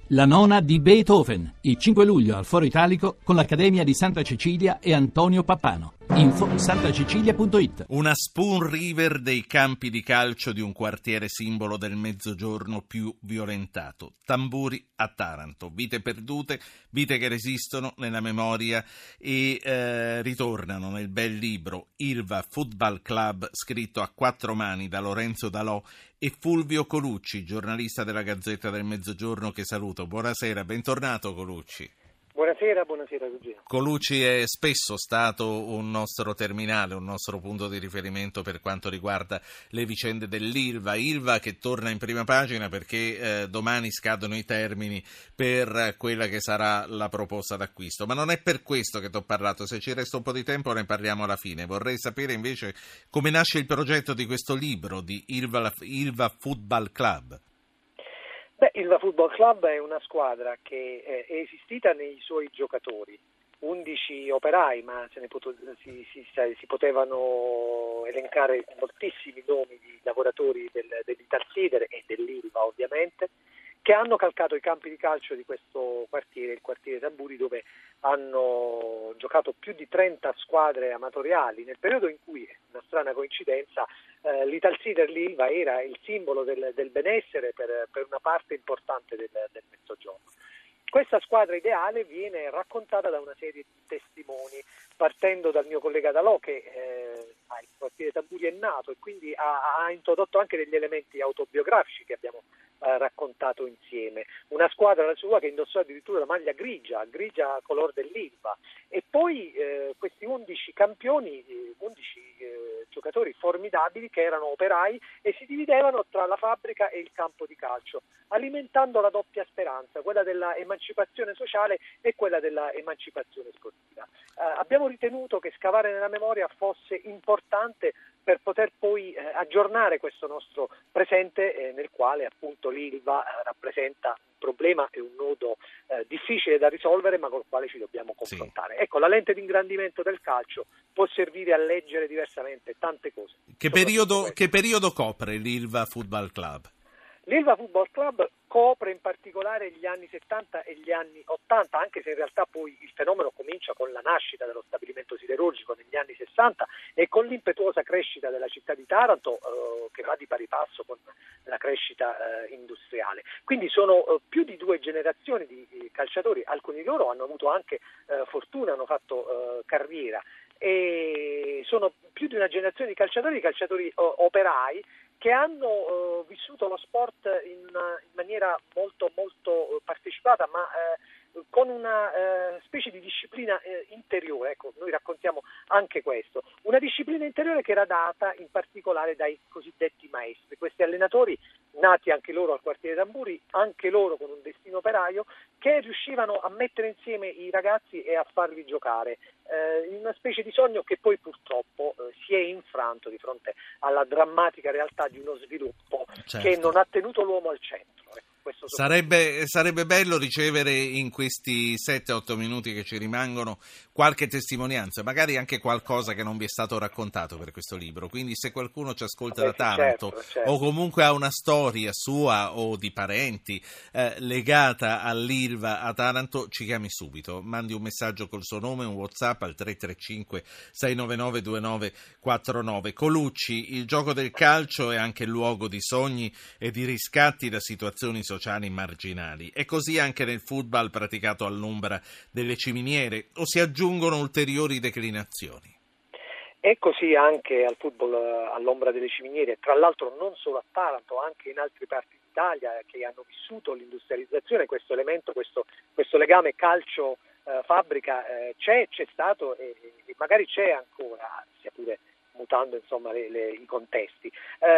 La nona di Beethoven, il 5 luglio al Foro Italico con l'Accademia di Santa Cecilia e Antonio Pappano. Info santacecilia.it. Una Spoon River dei campi di calcio di un quartiere simbolo del mezzogiorno più violentato. Tamburi a Taranto, vite perdute, vite che resistono nella memoria e ritornano nel bel libro Ilva Football Club, scritto a quattro mani da Lorenzo Dalò e Fulvio Colucci, giornalista della Gazzetta del Mezzogiorno, che saluto. Buonasera, bentornato Colucci. Buonasera Luigi. Colucci è spesso stato un nostro terminale, un nostro punto di riferimento per quanto riguarda le vicende dell'Ilva. Ilva che torna in prima pagina perché domani scadono i termini per quella che sarà la proposta d'acquisto. Ma non è per questo che ti ho parlato, se ci resta un po' di tempo ne parliamo alla fine. Vorrei sapere invece come nasce il progetto di questo libro, di Ilva Football Club. Ilva Football Club è una squadra che è esistita nei suoi giocatori, 11 operai, ma si potevano elencare moltissimi nomi di lavoratori dell'Italsider e dell'Ilva ovviamente, che hanno calcato i campi di calcio di questo quartiere, il quartiere Tamburi, dove hanno giocato più di 30 squadre amatoriali, nel periodo in cui, una strana coincidenza, l'Italsider l'Ilva era il simbolo del benessere per una parte importante del Mezzogiorno. Questa squadra ideale viene raccontata da una serie di testimoni, partendo dal mio collega Dalò che il quartiere Tamburi è nato e quindi ha introdotto anche degli elementi autobiografici che abbiamo raccontato insieme. Una squadra, la sua, che indossò addirittura la maglia grigia color dell'Ilva, e poi questi 11 campioni, 11 giocatori formidabili che erano operai e si dividevano tra la fabbrica e il campo di calcio, alimentando la doppia speranza, quella della emancipazione sociale e quella della emancipazione sportiva. Abbiamo ritenuto che scavare nella memoria fosse importante per poter poi aggiornare questo nostro presente nel quale appunto l'Ilva rappresenta un problema e un nodo difficile da risolvere, ma col quale ci dobbiamo confrontare. Sì. Ecco, la lente di ingrandimento del calcio può servire a leggere diversamente tante cose. Che periodo copre l'Ilva Football Club? L'Ilva Football Club copre in particolare gli anni 70 e gli anni 80, anche se in realtà poi il fenomeno comincia con la nascita dello stabilimento siderurgico negli anni 60 e con l'impetuosa crescita della città di Taranto che va di pari passo con la crescita industriale. Quindi sono più di due generazioni di calciatori, alcuni di loro hanno avuto anche fortuna, hanno fatto carriera, e sono più di una generazione di calciatori operai che hanno vissuto lo sport in maniera molto partecipata, ma con una specie di disciplina interiore. Ecco, noi raccontiamo anche questo, una disciplina interiore che era data in particolare dai cosiddetti maestri, questi allenatori nati anche loro al quartiere Tamburi, anche loro con un destino operaio, che riuscivano a mettere insieme i ragazzi e a farli giocare in una specie di sogno che poi purtroppo si è infranto di fronte alla drammatica realtà di uno sviluppo che non ha tenuto l'uomo al centro. Sarebbe bello ricevere in questi 7-8 minuti che ci rimangono qualche testimonianza, magari anche qualcosa che non vi è stato raccontato per questo libro. Quindi se qualcuno ci ascolta da Taranto, certo, o comunque ha una storia sua o di parenti legata all'Ilva a Taranto, ci chiami subito, mandi un messaggio col suo nome, un WhatsApp al 335 699 2949. Colucci, il gioco del calcio è anche luogo di sogni e di riscatti da situazioni sociali marginali. È così anche nel football praticato all'ombra delle ciminiere, o si aggiungono ulteriori declinazioni? È così anche al football all'ombra delle ciminiere, tra l'altro non solo a Taranto, anche in altre parti d'Italia che hanno vissuto l'industrializzazione. Questo elemento, questo legame calcio fabbrica c'è stato e magari c'è ancora, sia pure mutando insomma i contesti.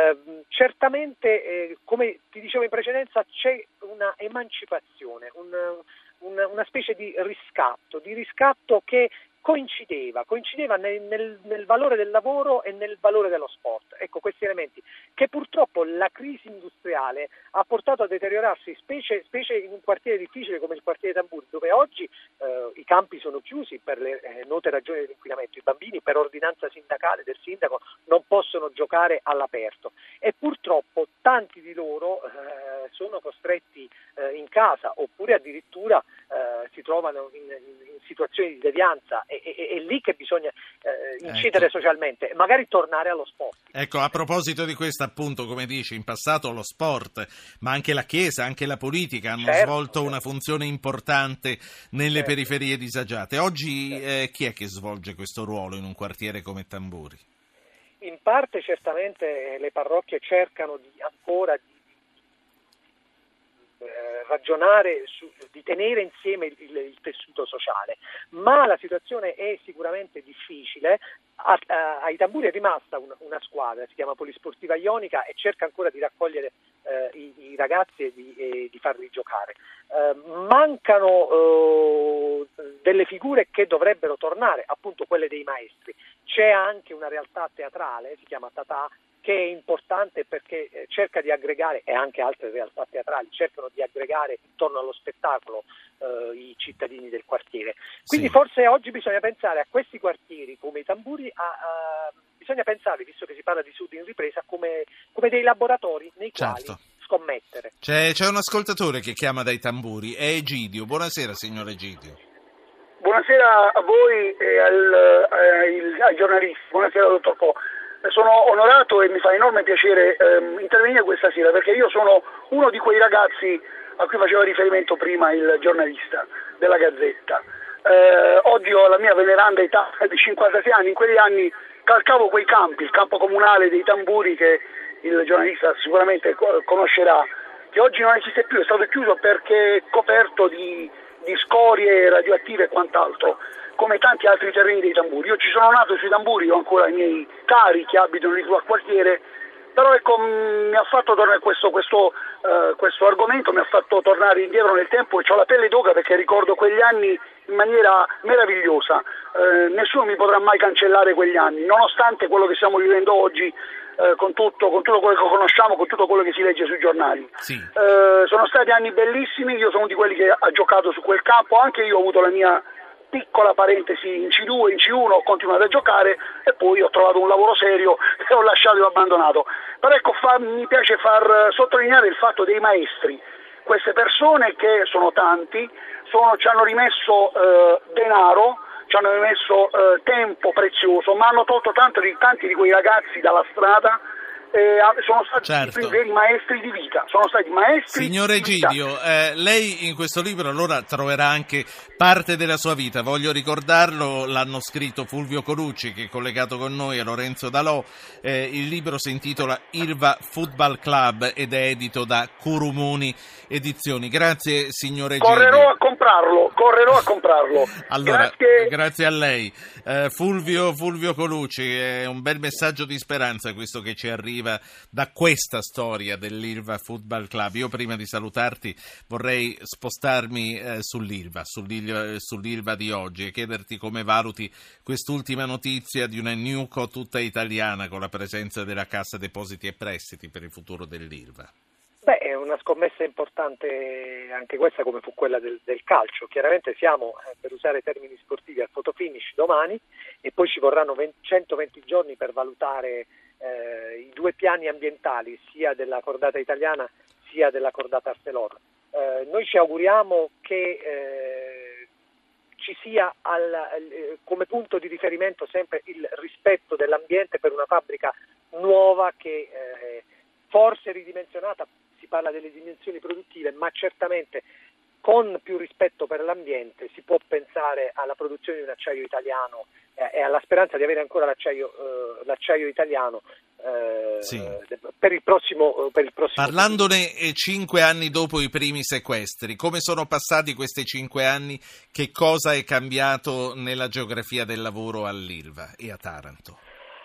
Certamente, come ti dicevo in precedenza, c'è una emancipazione, una specie di riscatto che coincideva nel valore del lavoro e nel valore dello sport. Ecco, questi elementi che purtroppo la crisi industriale ha portato a deteriorarsi, specie in un quartiere difficile come il quartiere Tamburi, dove oggi i campi sono chiusi per le note ragioni dell'inquinamento. I bambini, per ordinanza sindacale del sindaco, non possono giocare all'aperto e purtroppo tanti di loro sono costretti in casa, oppure addirittura si trovano in situazioni di devianza. È lì che bisogna incidere socialmente, magari tornare allo sport. Ecco, a proposito di questo, appunto, come dici, in passato lo sport, ma anche la Chiesa, anche la politica hanno svolto una funzione importante nelle periferie disagiate. Oggi chi è che svolge questo ruolo in un quartiere come Tamburi? In parte certamente le parrocchie cercano ancora di ragionare di tenere insieme il tessuto sociale, ma la situazione è sicuramente difficile. Ai Tamburi è rimasta una squadra, si chiama Polisportiva Ionica, e cerca ancora di raccogliere i ragazzi e di farli giocare. Mancano delle figure che dovrebbero tornare, appunto quelle dei maestri. C'è anche una realtà teatrale, si chiama Tatà, che è importante perché cerca di aggregare, e anche altre realtà teatrali cercano di aggregare intorno allo spettacolo i cittadini del quartiere. Quindi forse oggi bisogna pensare a questi quartieri come i Tamburi, bisogna pensare, visto che si parla di Sud in ripresa, come dei laboratori nei quali scommettere. C'è un ascoltatore che chiama dai Tamburi, è Egidio. Buonasera, signor Egidio. Buonasera a voi e ai giornalisti, buonasera dottor Po. Sono onorato e mi fa enorme piacere intervenire questa sera, perché io sono uno di quei ragazzi a cui faceva riferimento prima il giornalista della Gazzetta. Oggi ho la mia veneranda età di 56 anni, in quegli anni calcavo quei campi, il campo comunale dei Tamburi che il giornalista sicuramente conoscerà, che oggi non esiste più, è stato chiuso perché coperto di scorie radioattive e quant'altro, come tanti altri terreni dei Tamburi. Io ci sono nato sui Tamburi, ho ancora i miei cari che abitano lì sul quartiere, però ecco, mi ha fatto tornare questo argomento, mi ha fatto tornare indietro nel tempo e ho la pelle d'oca perché ricordo quegli anni in maniera meravigliosa. Nessuno mi potrà mai cancellare quegli anni, nonostante quello che stiamo vivendo oggi, con tutto quello che conosciamo, con tutto quello che si legge sui giornali. Sono stati anni bellissimi, io sono uno di quelli che ha giocato su quel campo, anche io ho avuto la mia piccola parentesi in C2, in C1, ho continuato a giocare e poi ho trovato un lavoro serio e ho lasciato e ho abbandonato. Però ecco, mi piace far sottolineare il fatto dei maestri, queste persone che sono tanti, ci hanno rimesso denaro, ci hanno rimesso tempo prezioso, ma hanno tolto tanti di quei ragazzi dalla strada. Sono stati veri maestri di vita, sono stati maestri. Signor Egidio, lei in questo libro allora troverà anche parte della sua vita. Voglio ricordarlo, l'hanno scritto Fulvio Colucci, che è collegato con noi, e Lorenzo Dalò. Il libro si intitola Ilva Football Club ed è edito da Curumuni Edizioni. Grazie signor Egidio. Correrò a comprarlo. Allora, grazie a lei. Fulvio Colucci, è un bel messaggio di speranza questo che ci arriva da questa storia dell'Ilva Football Club. Io prima di salutarti vorrei spostarmi sull'Ilva di oggi e chiederti come valuti quest'ultima notizia di una NewCo tutta italiana con la presenza della Cassa Depositi e Prestiti per il futuro dell'Ilva. Beh, è una scommessa importante anche questa, come fu quella del calcio. Chiaramente siamo, per usare termini sportivi, al fotofinish domani e poi ci vorranno 120 giorni per valutare i due piani ambientali, sia della cordata italiana sia della cordata Arcelor. Noi ci auguriamo che ci sia come punto di riferimento sempre il rispetto dell'ambiente per una fabbrica nuova che forse ridimensionata, si parla delle dimensioni produttive, ma certamente con più rispetto per l'ambiente si può pensare alla produzione di un acciaio italiano e alla speranza di avere ancora l'acciaio italiano per il prossimo. Parlandone 5 anni dopo i primi sequestri, come sono passati questi 5 anni? Che cosa è cambiato nella geografia del lavoro all'Ilva e a Taranto?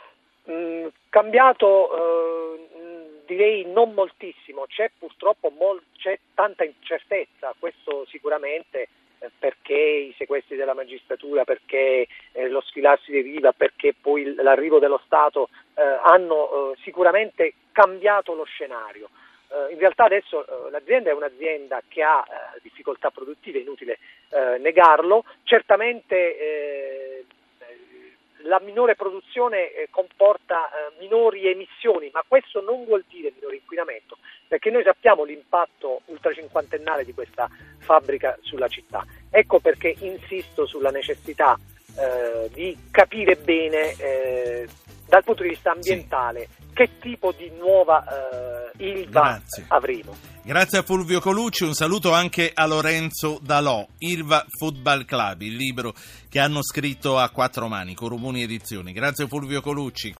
Cambiato direi non moltissimo, c'è purtroppo c'è tanta incertezza, questo sicuramente, perché i sequestri della magistratura, perché sfilarsi dei riva, perché poi l'arrivo dello Stato hanno sicuramente cambiato lo scenario. In realtà adesso l'azienda è un'azienda che ha difficoltà produttive, è inutile negarlo. Certamente la minore produzione comporta minori emissioni, ma questo non vuol dire minore inquinamento, perché noi sappiamo l'impatto ultracinquantennale di questa fabbrica sulla città. Ecco perché insisto sulla necessità di capire bene dal punto di vista ambientale che tipo di nuova Ilva avremo. Grazie a Fulvio Colucci, un saluto anche a Lorenzo Dalò. Ilva Football Club, il libro che hanno scritto a quattro mani, Coromuni Edizioni. Grazie a Fulvio Colucci.